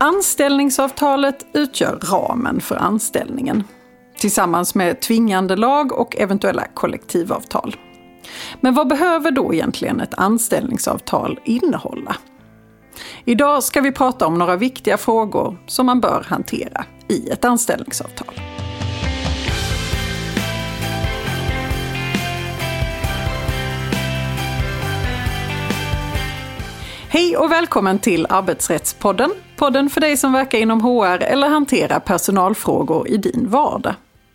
Anställningsavtalet utgör ramen för anställningen, tillsammans med tvingande lag och eventuella kollektivavtal. Men vad behöver då egentligen ett anställningsavtal innehålla? Idag ska vi prata om några viktiga frågor som man bör hantera i ett anställningsavtal. Hej och välkommen till Arbetsrättspodden. Podden för dig som verkar inom HR eller hanterar personalfrågor i din vardag.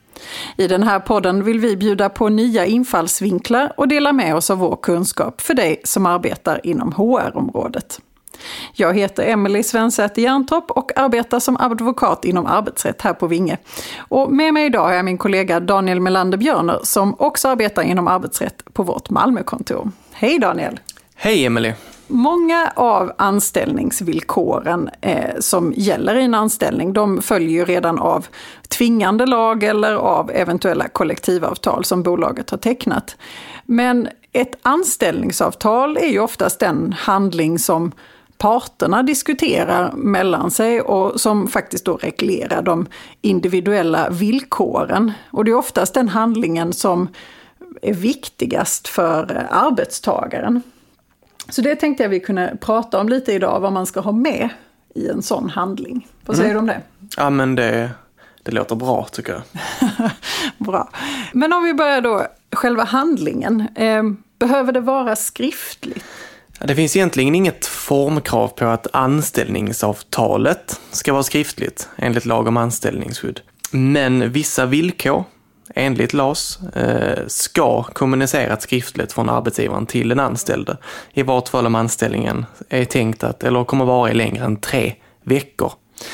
I den här podden vill vi bjuda på nya infallsvinklar och dela med oss av vår kunskap för dig som arbetar inom HR-området. Jag heter Emelie Svensäter Järntorp och arbetar som advokat inom arbetsrätt här på Vinge. Och med mig idag har jag min kollega Daniel Melander Björner som också arbetar inom arbetsrätt på vårt Malmökontor. Hej Daniel! Hej Emelie! Många av anställningsvillkoren som gäller i en anställning, de följer ju redan av tvingande lag eller av eventuella kollektivavtal som bolaget har tecknat. Men ett anställningsavtal är ju oftast den handling som parterna diskuterar mellan sig och som faktiskt då reglerar de individuella villkoren. Och det är oftast den handlingen som är viktigast för arbetstagaren. Så det tänkte jag vi kunde prata om lite idag, vad man ska ha med i en sån handling. Vad säger du om det? Ja, men det låter bra tycker jag. Bra. Men om vi börjar då, själva handlingen. Behöver det vara skriftligt? Det finns egentligen inget formkrav på att anställningsavtalet ska vara skriftligt enligt lag om anställningsskydd. Men vissa villkor enligt LAS ska kommuniceras skriftligt från arbetsgivaren till den anställde. I vart fall om anställningen är tänkt att, eller kommer vara i längre än 3 veckor.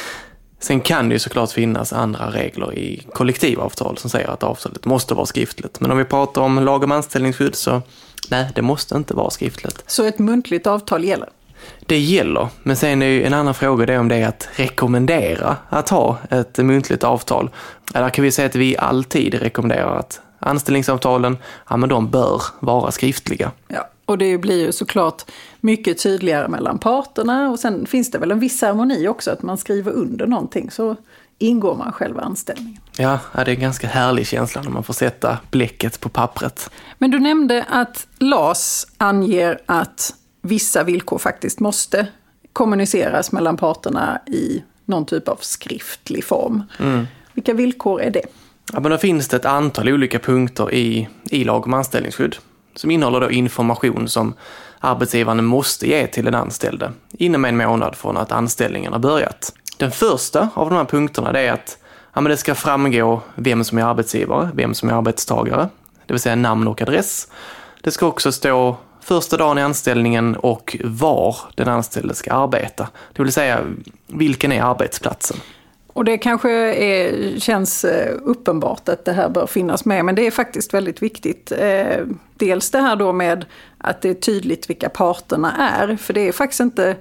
Sen kan det ju såklart finnas andra regler i kollektivavtal som säger att avtalet måste vara skriftligt. Men om vi pratar om lag om anställningsskydd så nej, det måste inte vara skriftligt. Så ett muntligt avtal gäller? Det gäller, men sen är ju en annan fråga det om det är att rekommendera att ha ett muntligt avtal. Där kan vi säga att vi alltid rekommenderar att anställningsavtalen, ja men de bör vara skriftliga. Ja, och det blir ju såklart mycket tydligare mellan parterna och sen finns det väl en viss ceremoni också att man skriver under någonting så ingår man själva anställningen. Ja, det är en ganska härlig känsla när man får sätta bläcket på pappret. Men du nämnde att LAS anger att vissa villkor faktiskt måste kommuniceras mellan parterna i någon typ av skriftlig form. Vilka villkor är det? Ja, men då finns det ett antal olika punkter i lag om anställningsskydd som innehåller då information som arbetsgivaren måste ge till den anställde inom 1 månad från att anställningen har börjat. Den första av de här punkterna är att men det ska framgå vem som är arbetsgivare, vem som är arbetstagare, det vill säga namn och adress. Det ska också stå första dagen i anställningen och var den anställde ska arbeta. Det vill säga, vilken är arbetsplatsen? Och det kanske känns uppenbart att det här bör finnas med, men det är faktiskt väldigt viktigt. Dels det här då med att det är tydligt vilka parterna är, för det är faktiskt inte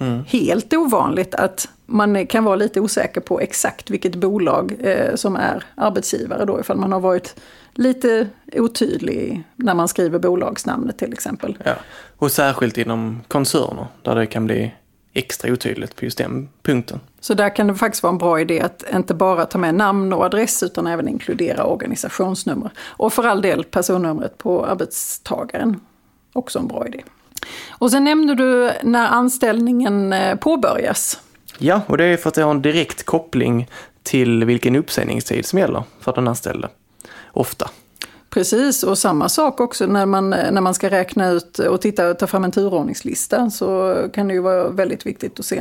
helt ovanligt att man kan vara lite osäker på exakt vilket bolag som är arbetsgivare då, ifall man har varit lite otydlig när man skriver bolagsnamnet till exempel. Ja, och särskilt inom koncerner där det kan bli extra otydligt på just den punkten. Så där kan det faktiskt vara en bra idé att inte bara ta med namn och adress utan även inkludera organisationsnummer. Och för all del personnumret på arbetstagaren. Också en bra idé. Och sen nämnde du när anställningen påbörjas. Ja, och det är för att det har en direkt koppling till vilken uppsägningstid som gäller för den anställde. Ofta. Precis, och samma sak också när man ska räkna ut och ta fram en turordningslista så kan det ju vara väldigt viktigt att se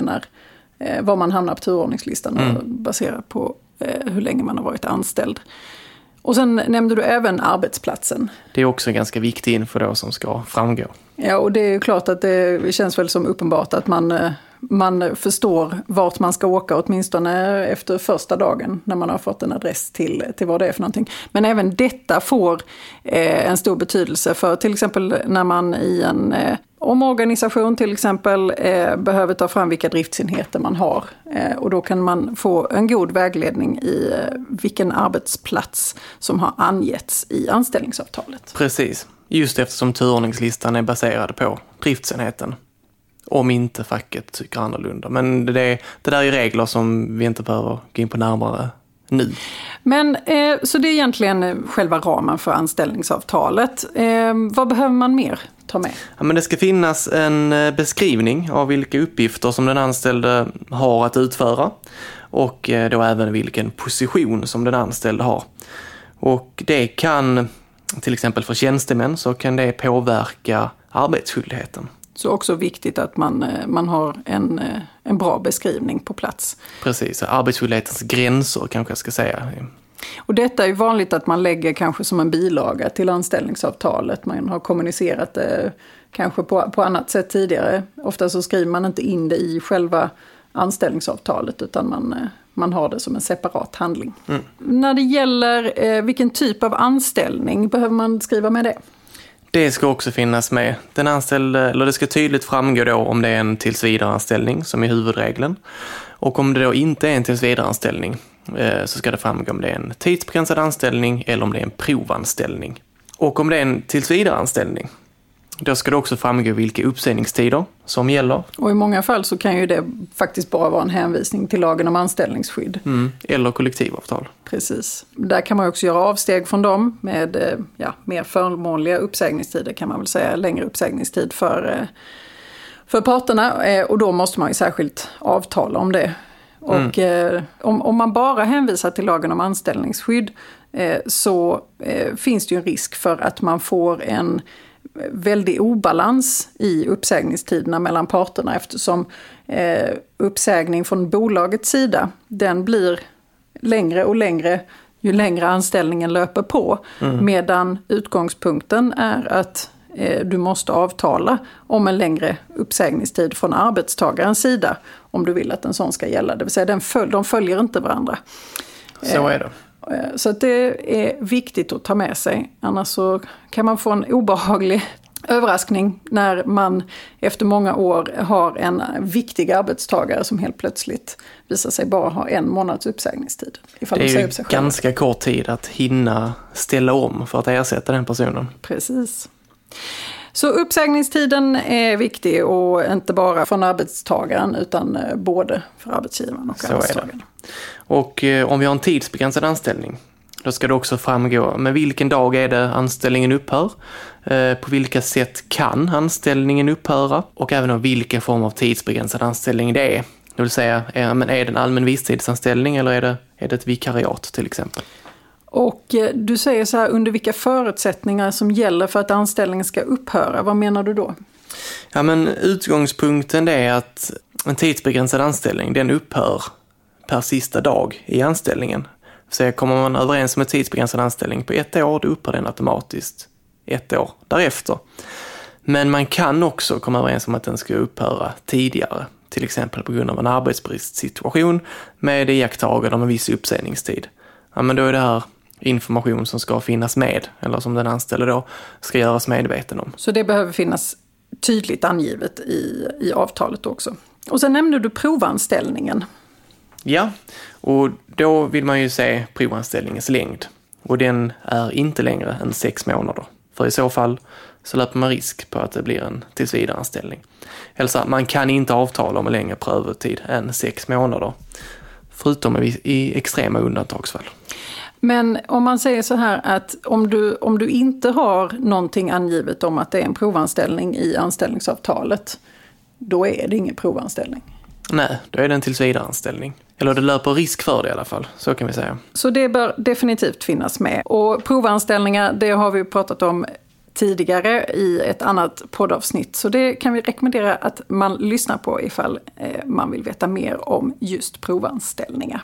var man hamnar på turordningslistan baserat på hur länge man har varit anställd. Och sen nämnde du även arbetsplatsen. Det är också en ganska viktig info då som ska framgå. Ja, och det är ju klart att det känns väl som uppenbart att man förstår vart man ska åka åtminstone efter första dagen när man har fått en adress till vad det är för någonting. Men även detta får en stor betydelse för till exempel när man i en omorganisation till exempel behöver ta fram vilka driftsenheter man har. Och då kan man få en god vägledning i vilken arbetsplats som har angetts i anställningsavtalet. Precis, just eftersom turordningslistan är baserad på driftsenheten. om inte facket tycker annorlunda. Men det där är regler som vi inte behöver gå in på närmare nu. Men så det är egentligen själva ramen för anställningsavtalet. Vad behöver man mer ta med? Ja, men det ska finnas en beskrivning av vilka uppgifter som den anställde har att utföra och då även vilken position som den anställde har. Och det kan, till exempel för tjänstemän, så kan det påverka arbetsskyldigheten. Så också viktigt att man har en bra beskrivning på plats. Precis, arbetsskyldighetens gränser kanske jag ska säga. Och detta är ju vanligt att man lägger kanske som en bilaga till anställningsavtalet. Man har kommunicerat det kanske på annat sätt tidigare. Ofta så skriver man inte in det i själva anställningsavtalet utan man har det som en separat handling. Mm. När det gäller vilken typ av anställning behöver man skriva med det? Det ska också finnas med. Den anställde, eller det ska tydligt framgå då om det är en tillsvidareanställning som är huvudregeln. Och om det då inte är en tillsvidareanställning så ska det framgå om det är en tidsbegränsad anställning eller om det är en provanställning. Och om det är en tillsvidareanställning, då ska det också framgå vilka uppsägningstider som gäller. Och i många fall så kan ju det faktiskt bara vara en hänvisning till lagen om anställningsskydd. Eller kollektivavtal. Precis. Där kan man också göra avsteg från dem med mer förmånliga uppsägningstider kan man väl säga. Längre uppsägningstid för parterna och då måste man ju särskilt avtala om det. Och om man bara hänvisar till lagen om anställningsskydd så finns det ju en risk för att man får en väldig obalans i uppsägningstiderna mellan parterna eftersom uppsägning från bolagets sida den blir längre och längre ju längre anställningen löper på medan utgångspunkten är att du måste avtala om en längre uppsägningstid från arbetstagarens sida om du vill att en sån ska gälla. Det vill säga de följer inte varandra. Så är det. Så att det är viktigt att ta med sig. Annars så kan man få en obehaglig överraskning när man efter många år har en viktig arbetstagare som helt plötsligt visar sig bara ha 1 månads uppsägningstid. Det är ju ganska kort tid att hinna ställa om för att ersätta den personen. Precis. Så uppsägningstiden är viktig och inte bara från arbetstagaren utan både för arbetsgivaren och arbetstagaren. Och om vi har en tidsbegränsad anställning, då ska det också framgå med vilken dag är det anställningen upphör, på vilka sätt kan anställningen upphöra och även om vilken form av tidsbegränsad anställning det är. Det vill säga, är det en allmän visstidsanställning eller är det ett vikariat till exempel? Och du säger så här, under vilka förutsättningar som gäller för att anställningen ska upphöra. Vad menar du då? Ja, men utgångspunkten är att en tidsbegränsad anställning den upphör per sista dag i anställningen. Så kommer man överens om en tidsbegränsad anställning på 1 år, då upphör den automatiskt 1 år därefter. Men man kan också komma överens om att den ska upphöra tidigare. Till exempel på grund av en arbetsbristsituation med iakttagande om en viss uppsägningstid. Ja, men då är det här information som ska finnas med eller som den anställde då ska göras medveten om. Så det behöver finnas tydligt angivet i avtalet också. Och sen nämnde du provanställningen. Ja, och då vill man ju se provanställningens längd. Och den är inte längre än 6 månader. För i så fall så löper man risk på att det blir en tillsvidareanställning. Eller så man kan inte avtala om en längre prövotid än 6 månader. Förutom i extrema undantagsfall. Men om man säger så här att om du inte har någonting angivet om att det är en provanställning i anställningsavtalet, då är det ingen provanställning. Nej, då är det en tillsvidareanställning. Eller det löper risk för det i alla fall, så kan vi säga. Så det bör definitivt finnas med. Och provanställningar, det har vi pratat om tidigare i ett annat poddavsnitt. Så det kan vi rekommendera att man lyssnar på ifall man vill veta mer om just provanställningar.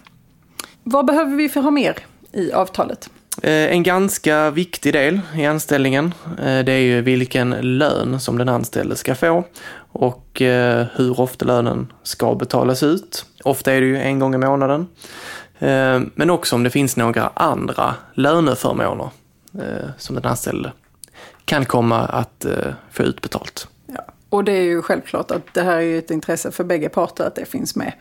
Vad behöver vi för ha mer i avtalet? En ganska viktig del i anställningen, det är ju vilken lön som den anställde ska få och hur ofta lönen ska betalas ut. Ofta är det ju 1 gång i månaden. Men också om det finns några andra löneförmåner som den anställde kan komma att få utbetalt. Ja, och det är ju självklart att det här är ett intresse för bägge parter att det finns med.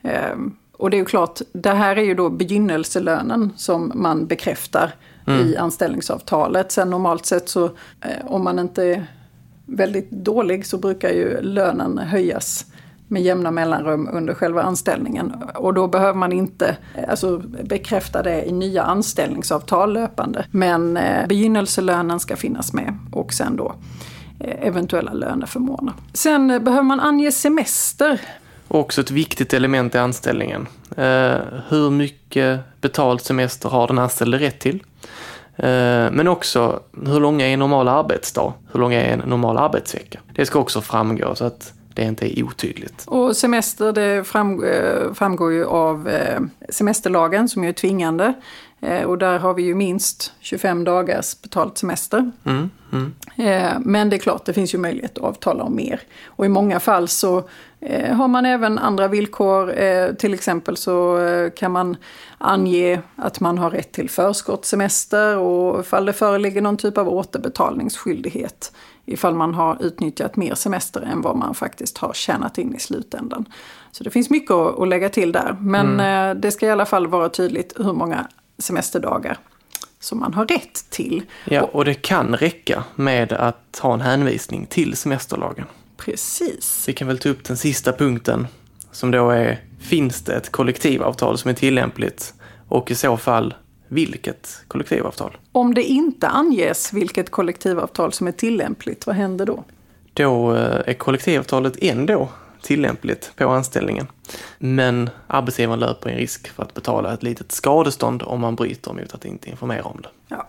Och det är ju klart, det här är ju då begynnelselönen som man bekräftar i anställningsavtalet. Sen normalt sett så om man inte väldigt dålig så brukar ju lönen höjas med jämna mellanrum under själva anställningen. Och då behöver man inte bekräfta det i nya anställningsavtal löpande. Men begynnelselönen ska finnas med och sen då eventuella löneförmåner. Sen behöver man ange semester. Också ett viktigt element i anställningen. Hur mycket betald semester har den anställde rätt till? Men också hur lång är en normal arbetsdag? Hur lång är en normal arbetsvecka? Det ska också framgå så att det inte är otydligt. Och semester det framgår ju av semesterlagen som är tvingande. Och där har vi ju minst 25 dagars betald semester. Men det är klart, det finns ju möjlighet att avtala om mer. Och i många fall så har man även andra villkor. Till exempel så kan man ange att man har rätt till förskottssemester och ifall det föreligger någon typ av återbetalningsskyldighet. Ifall man har utnyttjat mer semester än vad man faktiskt har tjänat in i slutändan. Så det finns mycket att lägga till där. Men det ska i alla fall vara tydligt hur många semesterdagar som man har rätt till. Ja, och det kan räcka med att ha en hänvisning till semesterlagen. Precis. Vi kan väl ta upp den sista punkten som då är: finns det ett kollektivavtal som är tillämpligt och i så fall vilket kollektivavtal? Om det inte anges vilket kollektivavtal som är tillämpligt, vad händer då? Då är kollektivavtalet ändå tillämpligt på anställningen. Men arbetsgivaren löper en risk för att betala ett litet skadestånd om man bryter mot att inte informera om det. Ja.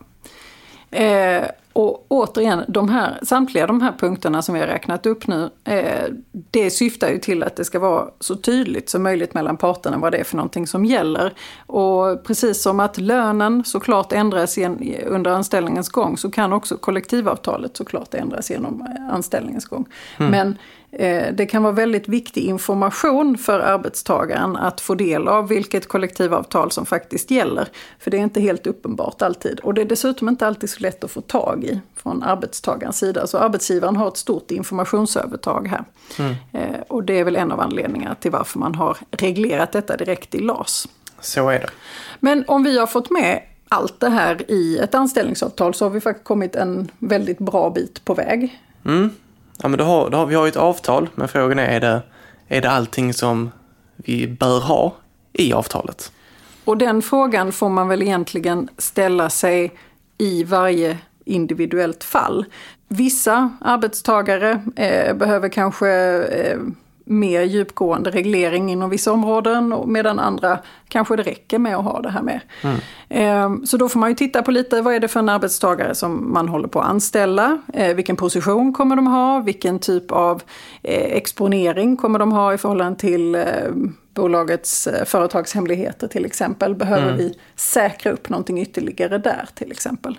Och återigen, samtliga de här punkterna som vi har räknat upp nu, det syftar ju till att det ska vara så tydligt som möjligt mellan parterna vad det är för någonting som gäller. Och precis som att lönen såklart ändras under anställningens gång, så kan också kollektivavtalet såklart ändras genom anställningens gång. Men det kan vara väldigt viktig information för arbetstagaren att få del av vilket kollektivavtal som faktiskt gäller. För det är inte helt uppenbart alltid. Och det är dessutom inte alltid så lätt att få tag i från arbetstagarens sida. Så arbetsgivaren har ett stort informationsövertag här. Och det är väl en av anledningarna till varför man har reglerat detta direkt i LAS. Så är det. Men om vi har fått med allt det här i ett anställningsavtal så har vi faktiskt kommit en väldigt bra bit på väg. Ja, men vi har ju ett avtal, men frågan är det allting som vi bör ha i avtalet? Och den frågan får man väl egentligen ställa sig i varje individuellt fall. Vissa arbetstagare behöver kanske mer djupgående reglering inom vissa områden, medan andra kanske det räcker med att ha det här med. Så då får man ju titta på lite, vad är det för en arbetstagare som man håller på att anställa? Vilken position kommer de ha? Vilken typ av exponering kommer de ha i förhållande till bolagets företagshemligheter till exempel? Behöver vi säkra upp någonting ytterligare där till exempel?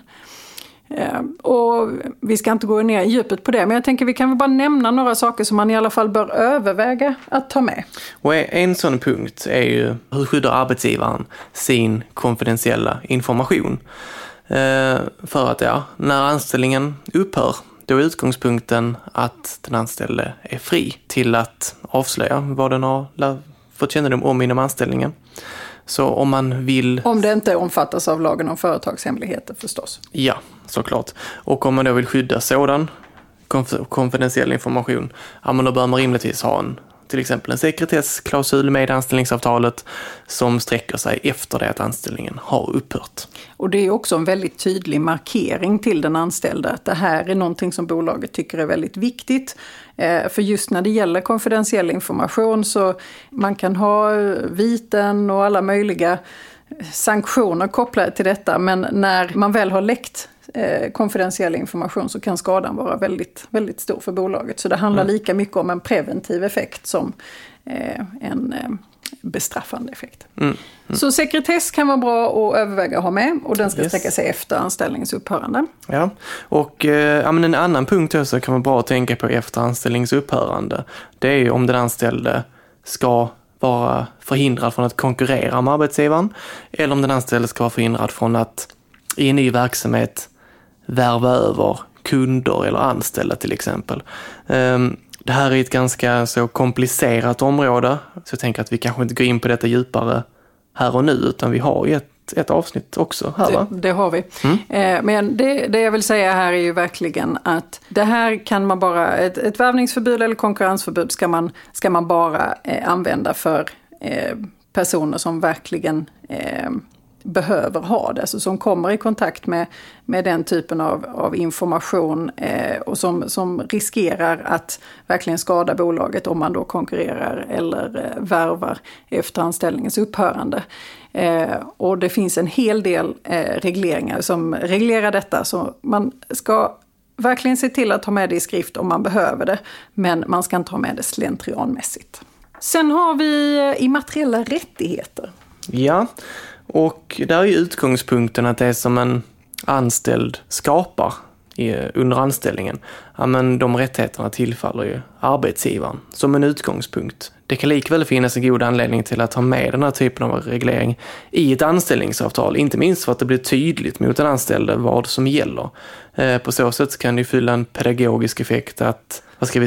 Och vi ska inte gå ner i djupet på det, men jag tänker vi kan väl bara nämna några saker som man i alla fall bör överväga att ta med. Och en sån punkt är ju: hur skyddar arbetsgivaren sin konfidentiella information? För att när anställningen upphör, då är utgångspunkten att den anställde är fri till att avslöja vad den har fått kännedom om inom anställningen. Så om man vill... Om det inte omfattas av lagen om företagshemligheter förstås. Ja, såklart. Och om man då vill skydda sådan konfidentiell information, då bör man rimligtvis ha till exempel en sekretessklausul med anställningsavtalet som sträcker sig efter det att anställningen har upphört. Och det är också en väldigt tydlig markering till den anställda att det här är någonting som bolaget tycker är väldigt viktigt. För just när det gäller konfidentiell information så man kan ha viten och alla möjliga sanktioner kopplade till detta, men när man väl har läckt konfidentiell information så kan skadan vara väldigt, väldigt stor för bolaget. Så det handlar lika mycket om en preventiv effekt som en bestraffande effekt. Så sekretess kan vara bra att överväga att ha med, och den ska sträcka sig efter anställningens upphörande. Ja, och men en annan punkt också kan vara bra att tänka på efter anställningens upphörande. Det är ju om den anställde ska vara förhindrad från att konkurrera med arbetsgivaren, eller om den anställde ska vara förhindrad från att i en ny verksamhet värva över kunder eller anställda till exempel. Det här är ett ganska så komplicerat område, så jag tänker att vi kanske inte går in på detta djupare här och nu, utan vi har ju ett ett avsnitt också här, va? Det har vi. Men det jag vill säga här är ju verkligen att det här kan man bara, ett värvningsförbud eller konkurrensförbud ska man bara använda för personer som verkligen behöver ha det, alltså som kommer i kontakt med den typen av information och som riskerar att verkligen skada bolaget om man då konkurrerar eller värvar efter anställningens upphörande. Och det finns en hel del regleringar som reglerar detta, så man ska verkligen se till att ha med det i skrift om man behöver det, men man ska inte ha med det slentrianmässigt. Sen har vi immateriella rättigheter. Ja, och där är ju utgångspunkten att det som en anställd skapar under anställningen, ja, men de rättigheterna tillfaller ju arbetsgivaren som en utgångspunkt. Det kan likväl finnas en god anledning till att ha med den här typen av reglering i ett anställningsavtal, inte minst för att det blir tydligt mot den anställde vad som gäller. På så sätt kan det fylla en pedagogisk effekt att,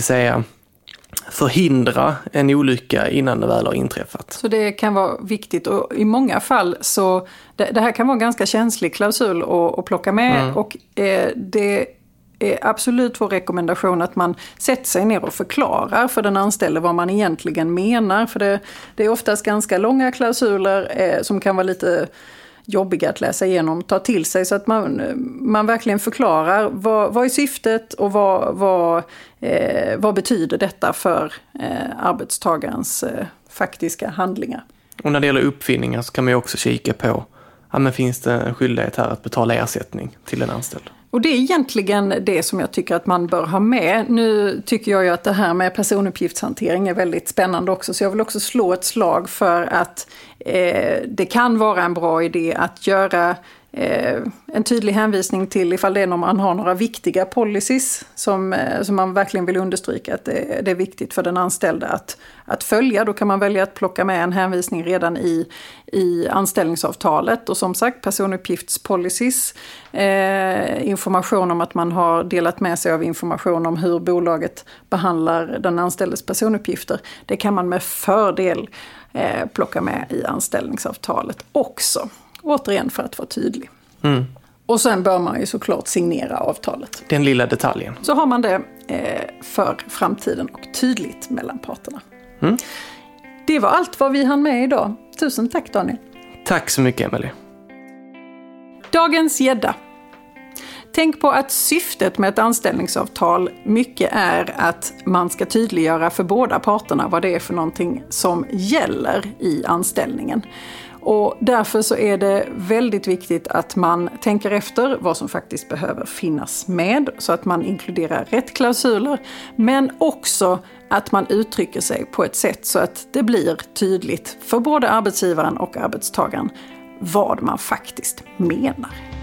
förhindra en olycka innan det väl har inträffat. Så det kan vara viktigt, och i många fall så det här kan vara en ganska känslig klausul att plocka med, och det är absolut vår rekommendation att man sätter sig ner och förklarar för den anställde vad man egentligen menar, för det är oftast ganska långa klausuler som kan vara lite jobbiga att läsa igenom, ta till sig, så att man verkligen förklarar vad är syftet och vad betyder detta för arbetstagarens faktiska handlingar. Och när det gäller uppfinningar så kan man ju också kika på, men finns det en skyldighet här att betala ersättning till en anställd? Och det är egentligen det som jag tycker att man bör ha med. Nu tycker jag ju att det här med personuppgiftshantering är väldigt spännande också, så jag vill också slå ett slag för att det kan vara en bra idé att göra en tydlig hänvisning till ifall det är när man har några viktiga policies som man verkligen vill understryka att det är viktigt för den anställda att följa. Då kan man välja att plocka med en hänvisning redan i anställningsavtalet, och som sagt personuppgiftspolicies, information om att man har delat med sig av information om hur bolaget behandlar den anställdes personuppgifter. Det kan man med fördel plocka med i anställningsavtalet också. Återigen för att vara tydlig. Och sen bör man ju såklart signera avtalet. Den lilla detaljen. Så har man det för framtiden och tydligt mellan parterna. Det var allt vad vi hann med idag. Tusen tack, Daniel. Tack så mycket, Emelie. Dagens gädda. Tänk på att syftet med ett anställningsavtal mycket är att man ska tydliggöra för båda parterna vad det är för någonting som gäller i anställningen. Och därför så är det väldigt viktigt att man tänker efter vad som faktiskt behöver finnas med, så att man inkluderar rätt klausuler, men också att man uttrycker sig på ett sätt så att det blir tydligt för både arbetsgivaren och arbetstagaren vad man faktiskt menar.